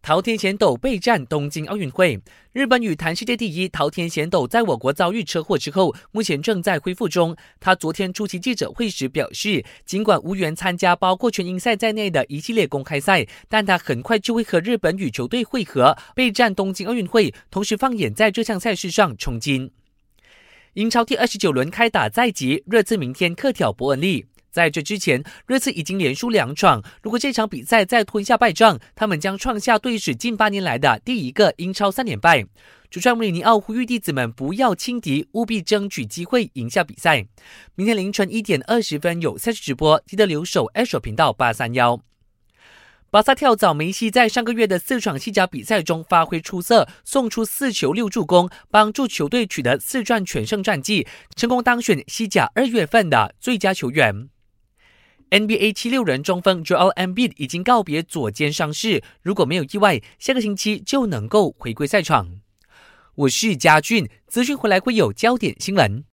桃田贤斗备战东京奥运会。日本羽坛世界第一桃田贤斗在我国遭遇车祸之后，目前正在恢复中。他昨天出席记者会时表示，尽管无缘参加包括全英赛在内的一系列公开赛，但他很快就会和日本羽球队会合，备战东京奥运会，同时放眼在这项赛事上冲金。英超第29轮开打在即，热刺明天客挑伯恩利。在这之前，热刺已经连输2场，如果这场比赛再吞下败仗，他们将创下队史近8年来的第一个英超3连败。主帅穆里尼奥呼吁弟子们不要轻敌，务必争取机会赢下比赛。明天凌晨1点20分有赛事直播，记得留守 Astro 频道831。巴萨跳蚤梅西在上个月的4场西甲比赛中发挥出色，送出4球6助攻，帮助球队取得4战全胜战绩，成功当选西甲2月份的最佳球员。NBA 76人中锋 Joel Embiid 已经告别左肩伤势，如果没有意外，下个星期就能够回归赛场。我是嘉俊，资讯回来会有焦点新闻。